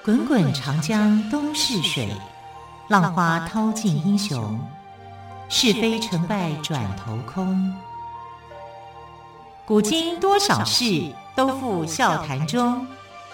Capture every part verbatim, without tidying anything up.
滚滚长江东逝水，浪花淘尽英雄。是非成败转头空。古今多少事，都付笑谈中。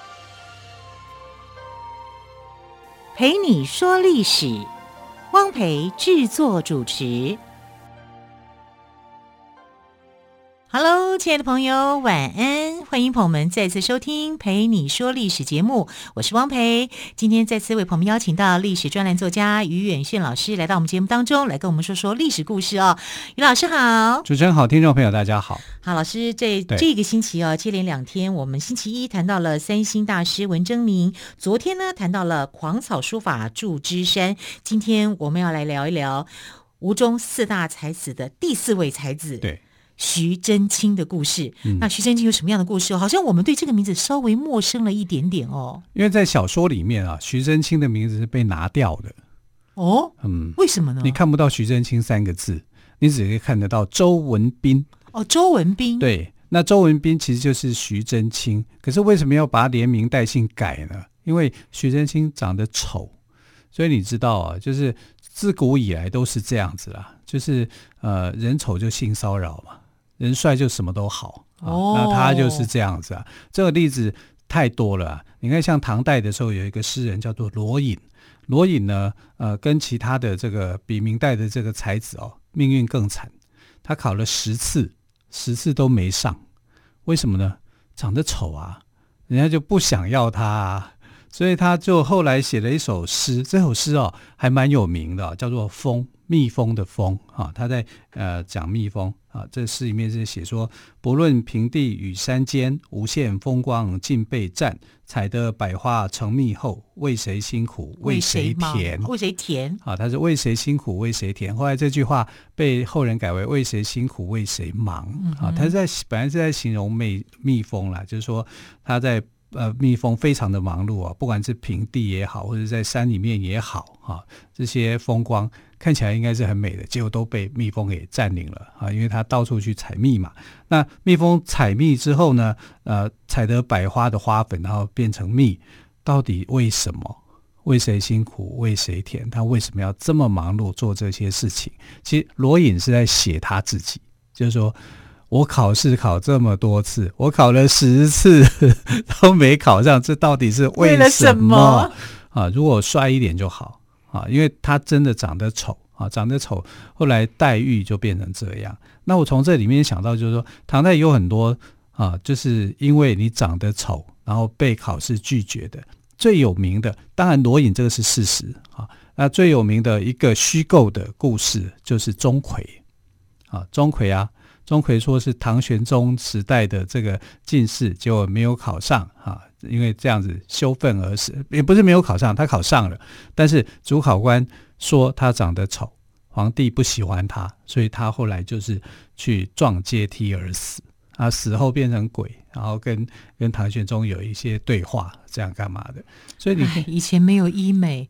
陪你说历史，汪培制作主持。Hello， 亲爱的朋友，晚安！欢迎朋友们再次收听《陪你说历史》节目，我是汪培。今天再次为朋友们邀请到历史专栏作家于远炫老师来到我们节目当中，来跟我们说说历史故事哦。于老师好。 主持人好，听众朋友大家好。 好，老师，这这个星期哦，接连两天，我们星期一谈到了三星大师文征明，昨天呢谈到了狂草书法祝枝山，今天我们要来聊一聊吴中四大才子的第四位才子。 对。 徐祯卿的故事、 嗯、 那徐祯卿有什么样的故事、哦、好像我们对这个名字稍微陌生了一点点哦。 因为在小说里面啊，徐祯卿的名字是被拿掉的。 哦，嗯，为什么呢？ 你看不到徐祯卿三个字，你只可以看得到周文彬。 哦，周文彬。 对，那周文彬其实就是徐祯卿，可是为什么要把他连名带姓改呢？因为徐祯卿长得丑，所以你知道啊，就是自古以来都是这样子啦，就是呃人丑就性骚扰嘛，人帅就什么都好、啊哦、那他就是这样子啊。这个例子太多了、啊、你看像唐代的时候有一个诗人叫做罗隐，罗隐呢呃跟其他的这个比明代的这个才子哦命运更惨，他考了十次十次都没上，为什么呢？长得丑啊，人家就不想要他啊，所以他就后来写了一首诗，这首诗哦还蛮有名的、哦、叫做蜂，蜜蜂的蜂啊，他在呃讲蜜蜂啊。这诗里面是写说，不论平地与山间，无限风光尽被占。采得百花成蜜后，为谁辛苦为谁甜？ 为谁甜？ 啊，他是为谁辛苦为谁甜。后来这句话被后人改为为谁辛苦为谁忙、嗯、啊。他在本来是在形容蜜蜜蜂啦，就是说他在。呃，蜜蜂非常的忙碌啊，不管是平地也好，或者在山里面也好啊，这些风光看起来应该是很美的，结果都被蜜蜂给占领了啊，因为它到处去采蜜嘛。那蜜蜂采蜜之后呢，呃，采得百花的花粉，然后变成蜜，到底为什么？为谁辛苦为谁甜？他为什么要这么忙碌做这些事情？其实罗隐是在写他自己，就是说。我考试考这么多次，我考了十次都没考上，这到底是为什么？为了什么啊？如果帅一点就好啊，因为他真的长得丑啊，长得丑，后来待遇就变成这样。那我从这里面想到，就是说，唐代有很多啊，就是因为你长得丑，然后被考试拒绝的。最有名的，当然罗隐这个是事实啊，那最有名的一个虚构的故事就是钟馗啊，钟馗啊。钟馗说是唐玄宗时代的这个进士，结果没有考上啊，因为这样子羞愤而死，也不是没有考上，他考上了，但是主考官说他长得丑，皇帝不喜欢他，所以他后来就是去撞阶梯而死啊，死后变成鬼，然后跟跟唐玄宗有一些对话，这样干嘛的？所以你以前没有医美，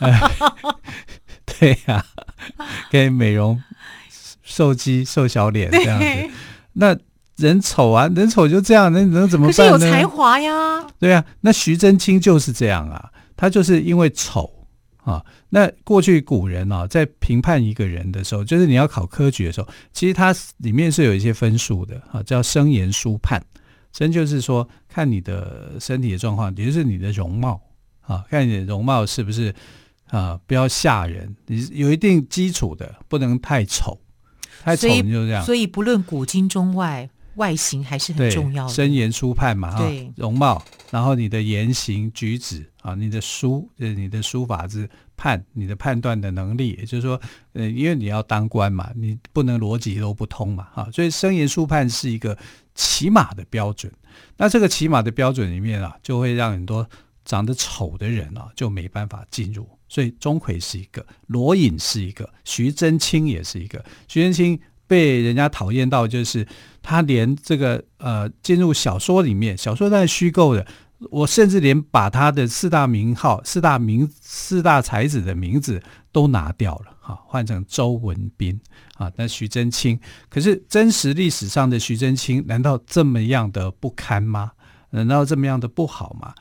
对呀、啊，可以美容。瘦肌瘦小脸这样子，那人丑啊，人丑就这样，那能怎么办呢？ 可是有才华呀。 对啊，那徐祯卿就是这样啊，他就是因为丑啊。那过去古人啊，在评判一个人的时候，就是你要考科举的时候，其实它里面是有一些分数的啊，叫生言书判。生就是说看你的身体的状况，也就是你的容貌啊，看你的容貌是不是啊，不要吓人，你有一定基础的，不能太丑。太丑你就这样， 所以不论古今中外，外形还是很重要的。 生言书判嘛， 对， 容貌，然后你的言行举止啊，你的书，就是你的书法之判，你的判断的能力，也就是说，呃，因为你要当官嘛，你不能逻辑都不通嘛，啊，所以生言书判是一个起码的标准。那这个起码的标准里面啊，就会让很多长得丑的人啊，就没办法进入。所以钟馗是一个，罗隐是一个，徐祯卿也是一个。徐祯卿被人家讨厌到，就是他连这个呃进入小说里面，小说当然虚构的，我甚至连把他的四大名号、四大名、四大才子的名字都拿掉了啊，换成周文彬啊，那徐祯卿。可是真实历史上的徐祯卿，难道这么样的不堪吗？难道这么样的不好吗？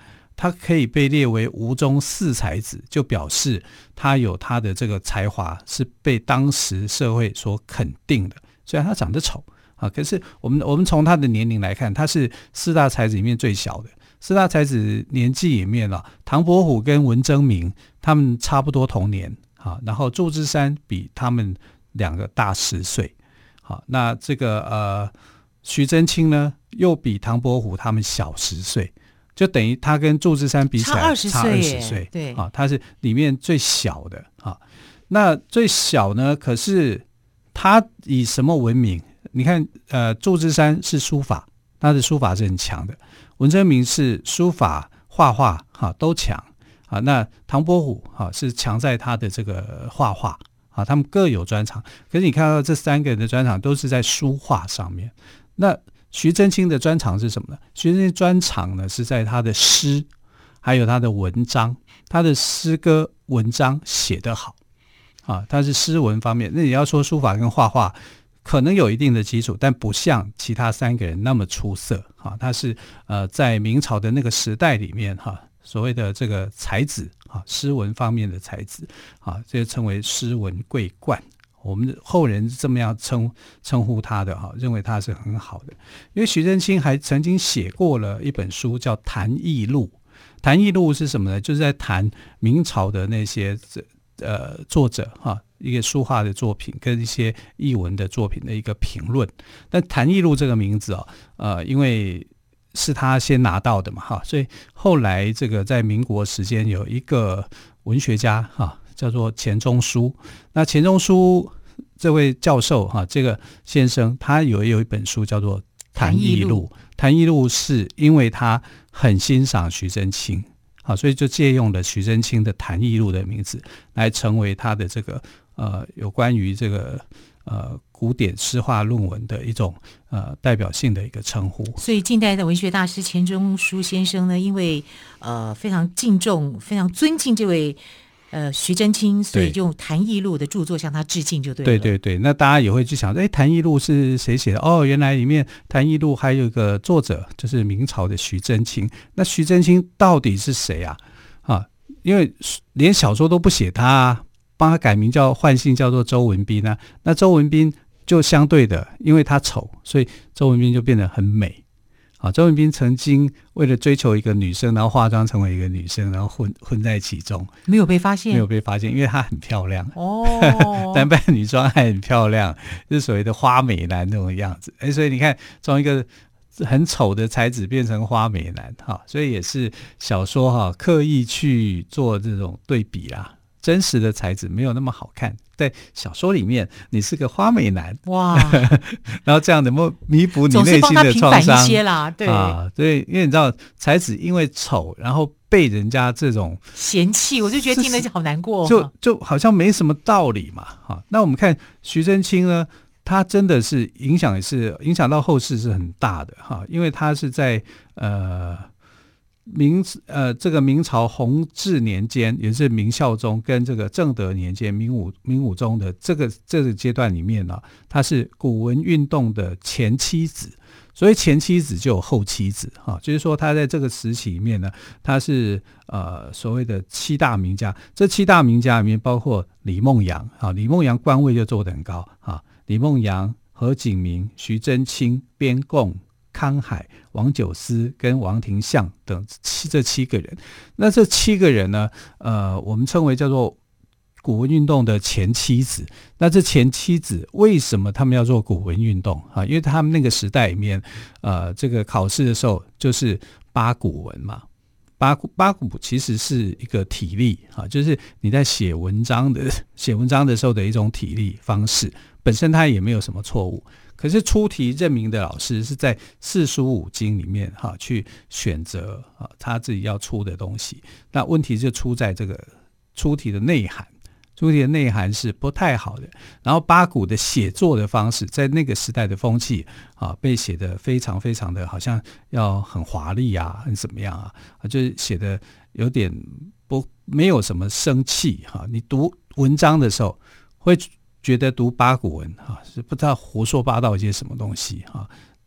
他可以被列为吴中四才子，就表示他有他的这个才华是被当时社会所肯定的。虽然他长得丑啊，可是我们我们从他的年龄来看，他是四大才子里面最小的。四大才子年纪里面啊，唐伯虎跟文征明他们差不多同年啊，然后祝枝山比他们两个大十岁。好，那这个呃徐祯卿呢，又比唐伯虎他们小十岁，就等于他跟祝枝山比起来差二十岁， 对啊，他是里面最小的啊。那最小呢，可是他以什么闻名？你看，呃，祝枝山是书法，他的书法是很强的；文征明是书法、画画，哈、啊、都强啊。那唐伯虎哈、啊、是强在他的这个画画。啊，他们各有专长，可是你看到这三个人的专长都是在书画上面。那徐祯卿的专长是什么呢？徐祯卿专长呢是在他的诗，还有他的文章，他的诗歌文章写得好啊，他是诗文方面。那你要说书法跟画画，可能有一定的基础，但不像其他三个人那么出色啊。他是呃在明朝的那个时代里面哈、啊。所谓的这个才子啊，诗文方面的才子啊，这就称为诗文桂冠。我们后人这么样称称呼他的哈、啊，认为他是很好的。因为徐祯卿还曾经写过了一本书叫《谈艺录》，《谈艺录》是什么呢？就是在谈明朝的那些呃作者哈、啊，一个书画的作品跟一些艺文的作品的一个评论。但《谈艺录》这个名字啊，呃，因为是他先拿到的嘛，哈，所以后来这个在民国时间有一个文学家哈，叫做钱钟书。那钱钟书这位教授哈，这个先生他有有一本书叫做《谈艺录》，《谈艺录》是因为他很欣赏徐祯卿，好，所以就借用了徐祯卿的《谈艺录》的名字来成为他的这个呃有关于这个呃古典诗画论文的一种呃代表性的一个称呼。 所以近代的文学大师钱钟书先生呢，因为呃非常敬重、非常尊敬这位呃徐祯卿，所以就用《谈艺录》的著作向他致敬就对了。 对对对，那大家也会去想，哎，《谈艺录》是谁写的？哦，原来里面《谈艺录》还有一个作者，就是明朝的徐祯卿。那徐祯卿到底是谁啊？啊，因为连小说都不写他啊，帮他改名叫换姓叫做周文彬啊。那周文彬就相对的，因为他丑，所以周文彬就变得很美。啊，周文彬曾经为了追求一个女生，然后化妆成为一个女生，然后混混在其中， 没有被发现， 没有被发现，因为她很漂亮哦， 男扮女装还很漂亮，就是所谓的花美男那种样子。哎，所以你看，从一个很丑的才子变成花美男，哈，所以也是小说哈刻意去做这种对比啦。真实的才子没有那么好看，在小说里面你是个花美男哇， 然后这样能够弥补你内心的创伤一些啦，对啊，对，因为你知道才子因为丑，然后被人家这种嫌弃，我就觉得听得好难过， 就就好像没什么道理嘛。哈，那我们看徐祯卿呢，他真的是影响也是影响到后世是很大的哈，因为他是在呃。明呃，这个明朝弘治年间，也是明孝宗跟这个正德年间，明武明武宗的这个这个阶段里面呢、啊，他是古文运动的前妻子，所以前妻子就有后妻子哈、啊，就是说他在这个时期里面呢，他是呃所谓的七大名家，这七大名家里面包括李梦阳啊，李梦阳官位就做得很高啊，李梦阳、何景明、徐祯卿、边贡、康海、王九思跟王廷相等七这七个人，那这七个人呢，呃，我们称为叫做古文运动的前妻子。那这前妻子为什么他们要做古文运动啊？因为他们那个时代里面，呃，这个考试的时候就是八股文嘛。八股八股其实是一个体例啊，就是你在写文章的写文章的时候的一种体例方式，本身它也没有什么错误。可是出题任明的老师是在四书五经里面哈去选择啊他自己要出的东西，那问题就出在这个出题的内涵，出题的内涵是不太好的。然后八股的写作的方式，在那个时代的风气啊，被写得非常非常的好像要很华丽啊，很怎么样啊，就是写得有点不没有什么生气哈。你读文章的时候会觉得读八股文哈是不知道胡说八道一些什么东西哈，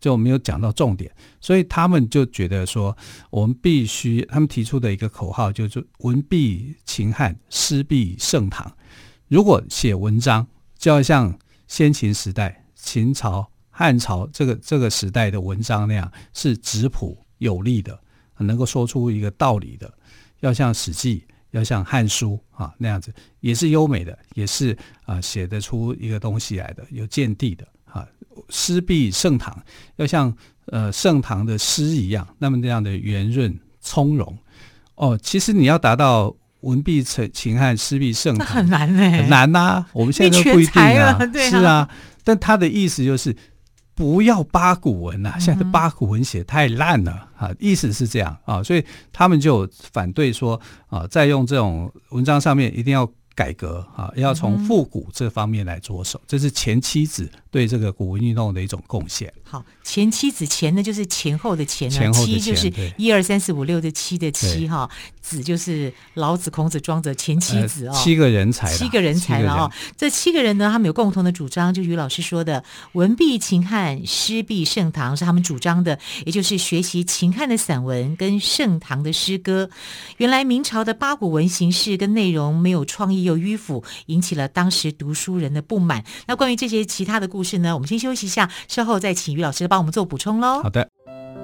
就没有讲到重点，所以他们就觉得说，我们必须，他们提出的一个口号就是文必秦汉，诗必盛唐。如果写文章，就要像先秦时代、秦朝、汉朝这个这个时代的文章那样，是质朴有力的，能够说出一个道理的，要像《史记》。要像《汉书》啊那样子，也是优美的，也是啊写得出一个东西来的，有见地的啊。诗必盛唐，要像呃盛唐的诗一样，那么那样的圆润从容。哦，其实你要达到文必秦汉，诗必盛唐， 很难嘞， 很难呐、啊。我们现在都不一定啊， 对啊是啊。但他的意思就是。不要八股文啊！现在的八股文写太烂了啊，意思是这样啊，所以他们就反对说啊，在用这种文章上面一定要改革啊，要从复古这方面来着手，这是钱七子对这个古文运动的一种贡献。 好，钱七子钱呢就是前后的钱呢， 前后的钱七就是一二三四五六的七的七哈，子就是老子、孔子、庄子钱七子哦、 呃，七个人才， 七个人才了哦。这七个人呢，他们有共同的主张，就于老师说的文必秦汉，诗必盛唐是他们主张的，也就是学习秦汉的散文跟盛唐的诗歌。原来明朝的八股文形式跟内容没有创意又迂腐，引起了当时读书人的不满。那关于这些其他的故事呢，我们先休息一下，稍后再请于老师帮我们做补充咯。 好的。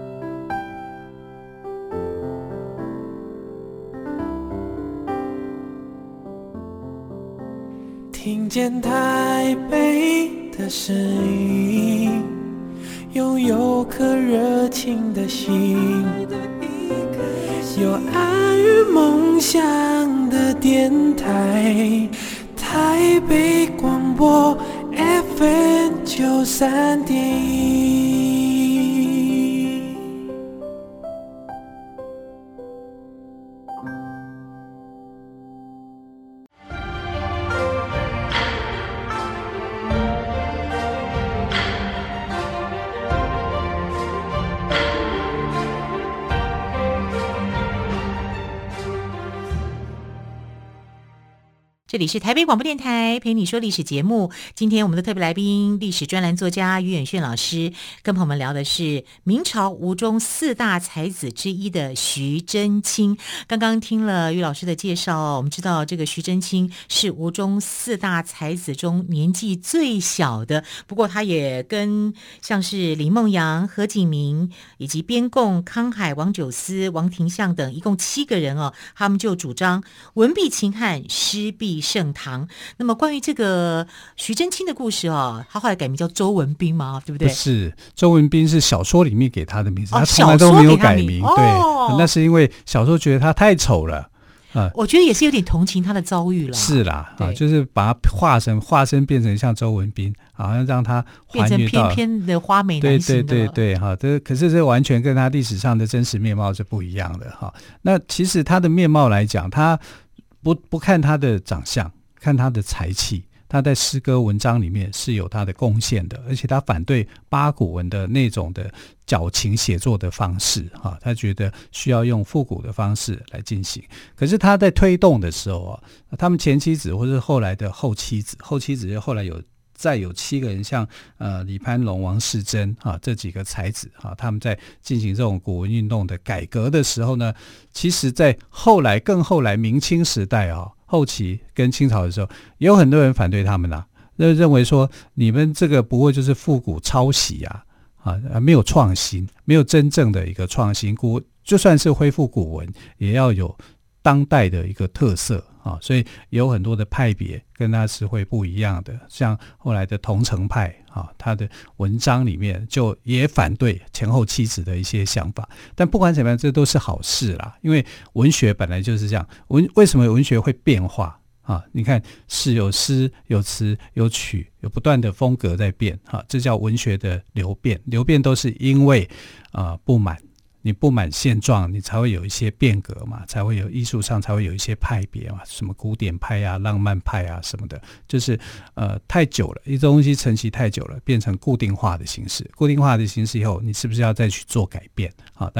听见台北的声音，拥有颗热情的心，有爱与梦想的电台，台北广播 F M 九三点一。 这里是台北广播电台陪你说历史节目，今天我们的特别来宾历史专栏作家于远炫老师跟朋友们聊的是明朝吴中四大才子之一的徐祯卿。刚刚听了于老师的介绍，我们知道这个徐祯卿是吴中四大才子中年纪最小的，不过他也跟像是李梦阳、何景明以及边贡、康海、王九思、王廷相等一共七个人哦，他们就主张文必秦汉，诗必盛唐。那么关于这个徐祯卿的故事哦，他后来改名叫周文彬嘛，对不对？ 不是，周文彬是小说里面给他的名字， 哦、 他从来都没有改名。 哦、 对，那是因为小说觉得他太丑了。 呃、我觉得也是有点同情他的遭遇了。 是啦，啊，就是把他化身化身变成像周文彬，好像让他还原到变成偏偏的花美男型的。 对对对对，哈，这可是这完全跟他历史上的真实面貌是不一样的哈。那其实他的面貌来讲，他不不看他的长相，看他的才气。他在诗歌文章里面是有他的贡献的，而且他反对八股文的那种的矫情写作的方式啊，他觉得需要用复古的方式来进行。可是他在推动的时候啊，他们前妻子或是后来的后妻子，后妻子就后来有再有七个人，像呃李攀龙、王士祯啊这几个才子啊，他们在进行这种古文运动的改革的时候呢，其实在后来更后来明清时代啊。后期跟清朝的时候，也有很多人反对他们啦、啊，认为说你们这个不过就是复古抄袭啊，啊没有创新，没有真正的一个创新。古就算是恢复古文，也要有当代的一个特色啊，所以也有很多的派别跟他是会不一样的。像后来的桐城派啊，他的文章里面就也反对前后妻子的一些想法。但不管怎么样，这都是好事啦，因为文学本来就是这样。文为什么文学会变化啊？你看是有诗有词有曲，有不断的风格在变啊，这叫文学的流变。流变都是因为啊、呃、不满。你不满现状，你才会有一些变革嘛，才会有艺术上才会有一些派别嘛，什么古典派啊、浪漫派啊什么的，就是呃太久了，一东西承袭太久了，变成固定化的形式。固定化的形式以后，你是不是要再去做改变？好，当然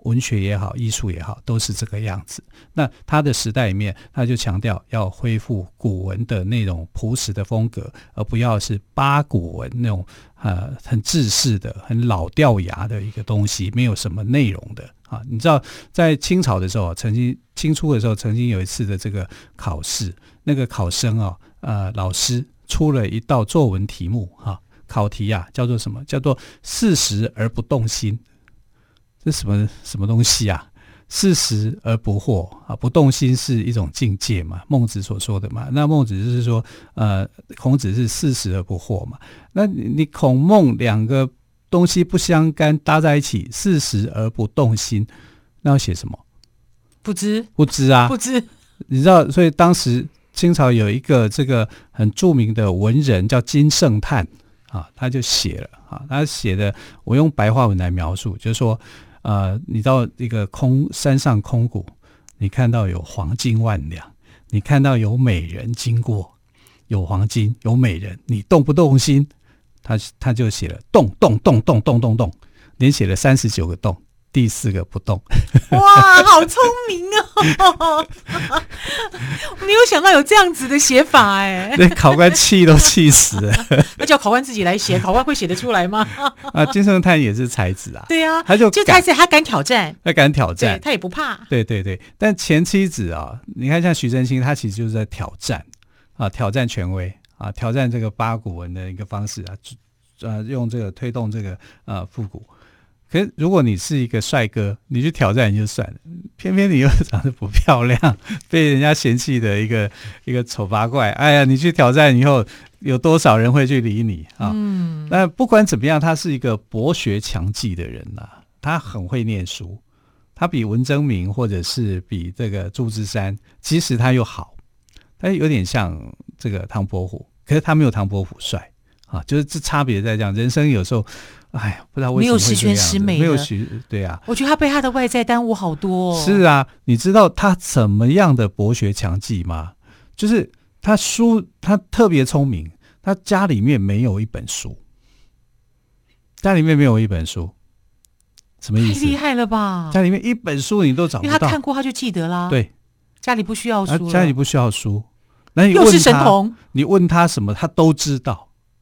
文学也好，艺术也好，都是这个样子。那他的时代里面，他就强调要恢复古文的那种朴实的风格，而不要是八股文那种呃很制式的、很老掉牙的一个东西，没有什么内容的啊。你知道，在清朝的时候，曾经清初的时候，曾经有一次的这个考试，那个考生啊，呃，老师出了一道作文题目哈、啊，考题啊，叫做什么？叫做四时而不动心。这什么什么东西啊？四时而不惑啊，不动心是一种境界嘛，孟子所说的嘛。那孟子就是说，呃，孔子是四时而不惑嘛。那你孔孟两个东西不相干，搭在一起，四时而不动心，那要写什么？ 不知不知啊， 不知。 你知道，所以当时清朝有一个这个很著名的文人叫金圣叹啊，他就写了啊，他写的我用白话文来描述，就是说。呃，你到一个空山上空谷，你看到有黄金万两，你看到有美人经过，有黄金有美人，你动不动心？他他就写了动动动动动动动，连写了三十九个动，第四个不动。 哇，好聪明哦！没有想到有这样子的写法哎， 那考官气都气死了。 那叫考官自己来写，考官会写得出来吗？ 啊，金圣叹也是才子啊。 对啊， 他就就才子，他敢挑战， 他敢挑战， 他也不怕。 对对对，但前妻子啊，你看像徐祯卿，他其实就是在挑战啊，挑战权威啊，挑战这个八股文的一个方式啊，呃，用这个推动这个呃复古。可是如果你是一个帅哥，你去挑战也就算了，偏偏你又长得不漂亮，被人家嫌弃的一个一个丑八怪，哎呀，你去挑战以后，有多少人会去理你啊？嗯，那不管怎么样，他是一个博学强记的人啊，他很会念书，他比文征明或者是比这个祝枝山，其实他又好，他有点像这个唐伯虎，可是他没有唐伯虎帅啊，就是这差别在这样，人生有时候。哎呀，不知道为什么会这样子，没有十全十美，没有十对啊。 我觉得他被他的外在耽误好多、哦。 是啊，你知道他怎么样的博学强记吗？就是他书，他特别聪明，他家里面没有一本书，家里面没有一本书，什么意思？ 太厉害了吧！ 家里面一本书你都找不到， 因为他看过他就记得啦。 对， 家里不需要书了， 家里不需要书，那你问他， 又是神童， 你问他什么，他都知道。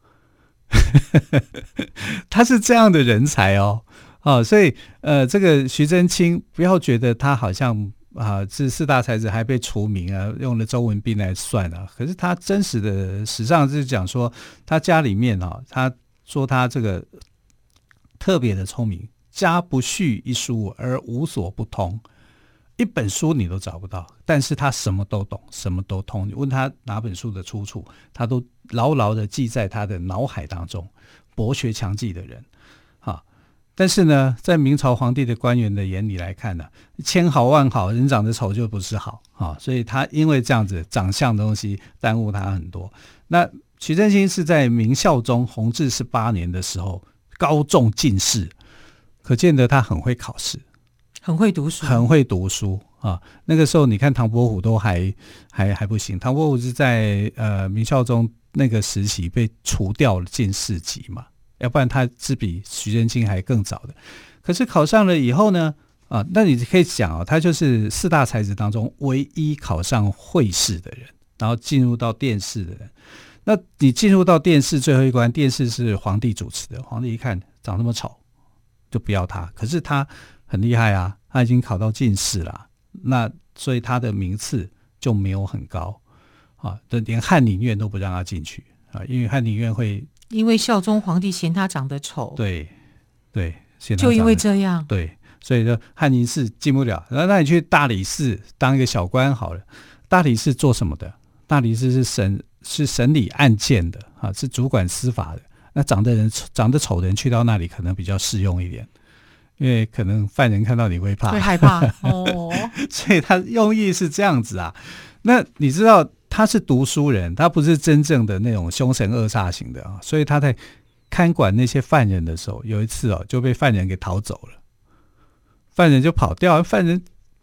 他是这样的人才哦，哦，所以呃，这个徐祯卿不要觉得他好像啊是四大才子还被除名啊，用了周文彬来算啊，可是他真实的史上是讲说他家里面啊，他说他这个特别的聪明，家不蓄一书而无所不通。一本书你都找不到，但是他什么都懂，什么都通。你问他哪本书的出处，他都牢牢的记在他的脑海当中。博学强记的人，啊，但是呢，在明朝皇帝的官员的眼里来看呢，千好万好，人长得丑就不是好啊，所以他因为这样子长相的东西耽误他很多。那徐祯卿是在明孝宗弘治十八年的时候高中进士，可见得他很会考试。 很会读书， 很会读书啊！那个时候，你看唐伯虎都还还还不行。唐伯虎是在呃明孝宗那个时期被除掉了进士籍嘛，要不然他是比徐祯卿还更早的。可是考上了以后呢，啊，那你可以讲啊，他就是四大才子当中唯一考上会试的人，然后进入到殿试的人。那你进入到殿试最后一关，殿试是皇帝主持的，皇帝一看长那么丑，就不要他。可是他很厉害啊，他已经考到进士了，那所以他的名次就没有很高啊，连翰林院都不让他进去啊，因为翰林院会因为孝宗皇帝嫌他长得丑， 对对，嫌他就因为这样， 对，所以说翰林寺进不了。那那你去大理寺当一个小官好了，大理寺做什么的？大理寺是审是审理案件的啊，是主管司法的。那长得人长得丑的人去到那里可能比较适用一点。因为可能犯人看到你会怕， 会害怕哦， 所以他用意是这样子啊。那你知道他是读书人，他不是真正的那种凶神恶煞型的啊，所以他在看管那些犯人的时候，有一次哦就被犯人给逃走了，犯人就跑掉，犯人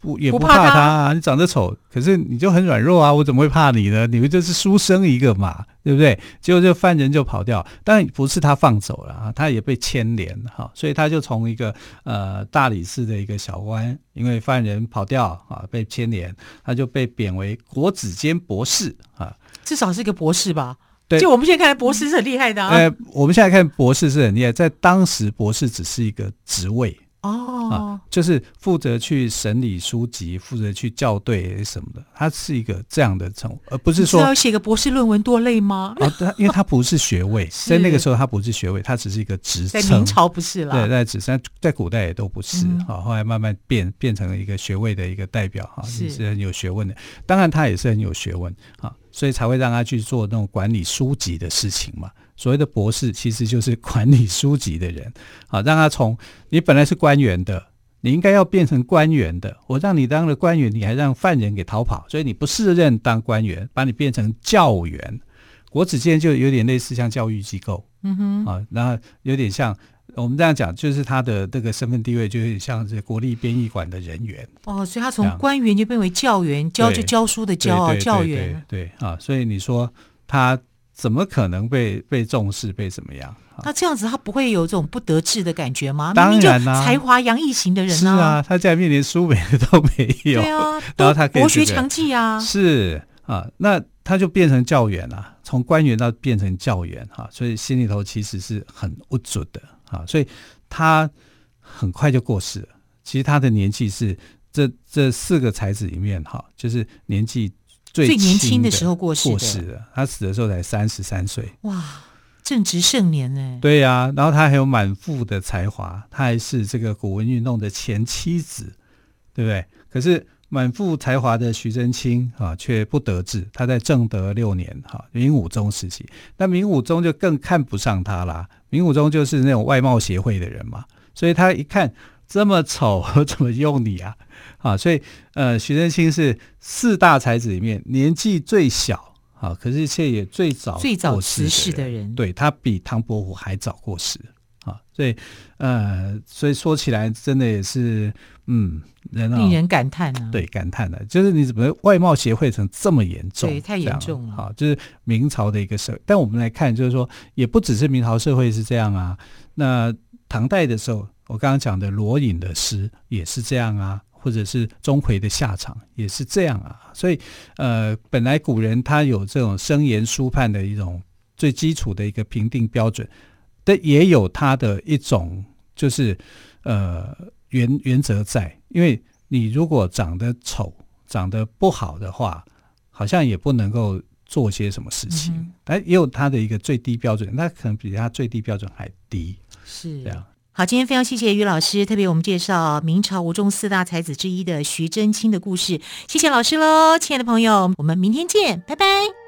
不也不不怕他怕他啊，你长得丑，可是你就很软弱啊，我怎么会怕你呢？你们就是书生一个嘛，对不对？结果这犯人就跑掉，当然不是他放走了啊，他也被牵连哈，所以他就从一个呃大理寺的一个小官，因为犯人跑掉啊被牵连，他就被贬为国子监博士啊， 至少是个博士吧？ 对， 就我们现在看来，博士是很厉害的啊。 呃，我们现在看博士是很厉害，在当时博士只是一个职位。 哦、 啊，就是负责去审理书籍，负责去校对什么的，它是一个这样的称呼，而不是说要写个博士论文多累吗？ 啊，它因为它不是学位，在那个时候它不是学位，它只是一个职称。 在明朝不是啦， 对，在职称，在古代也都不是。 嗯、 啊，后来慢慢变变成了一个学位的一个代表，哈， 是是很有学问的。当然，他也是很有学问啊，所以才会让他去做那种管理书籍的事情嘛。所谓的博士其实就是管理书籍的人，啊，让他从你本来是官员的。你应该要变成官员的，我让你当了官员，你还让犯人给逃跑，所以你不适任当官员，把你变成教员。国子监就有点类似像教育机构， 嗯哼， 啊，然后有点像我们这样讲，就是他的这个身份地位就有点像是国立编译馆的人员。 哦，所以他从官员就变为教员，教就教书的教啊，教员。 对, 对, 对啊，所以你说他怎么可能被被重视，被怎么样？ 那这样子他不会有这种不得志的感觉吗？ 当然啦、 啊，才华洋溢型的人啊， 是啊，他在面连书本都没有， 对啊， 然后他可以、这个、 博学强记啊， 是啊，那他就变成教员了，从官员到变成教员哈、啊，所以心里头其实是很不准的啊，所以他很快就过世了。其实他的年纪是这这四个才子里面哈、啊，就是年纪最最年轻的时候过世的， 过世的，他死的时候才三十三岁， 哇。正值盛年呢， 对呀、啊，然后他还有满腹的才华，他还是这个古文运动的前妻子，对不对？可是满腹才华的徐祯卿啊，却不得志。他在正德六年哈，明武宗时期，那明武宗就更看不上他啦。明武宗就是那种外貌协会的人嘛，所以他一看这么丑，怎么用你啊？啊，所以呃，徐祯卿是四大才子里面年纪最小。啊，可是却也最早最早辞世的人， 对，他比唐伯虎还早过世啊，所以呃，所以说起来真的也是嗯，人啊， 令人感叹啊， 对，感叹的，就是你怎么外貌协会成这么严重？ 对，太严重了啊，就是明朝的一个社会，但我们来看，就是说，也不只是明朝社会是这样啊，那唐代的时候，我刚刚讲的罗隐的诗也是这样啊。或者是钟馗的下场也是这样啊，所以呃，本来古人他有这种生言书判的一种最基础的一个评定标准，但也有他的一种就是呃原原则在，因为你如果长得丑、长得不好的话，好像也不能够做些什么事情，嗯、但也有他的一个最低标准，那可能比他最低标准还低， 是这样。 好，今天非常谢谢于老师，特别我们介绍明朝吴中四大才子之一的徐祯卿的故事，谢谢老师喽，亲爱的朋友，我们明天见，拜拜。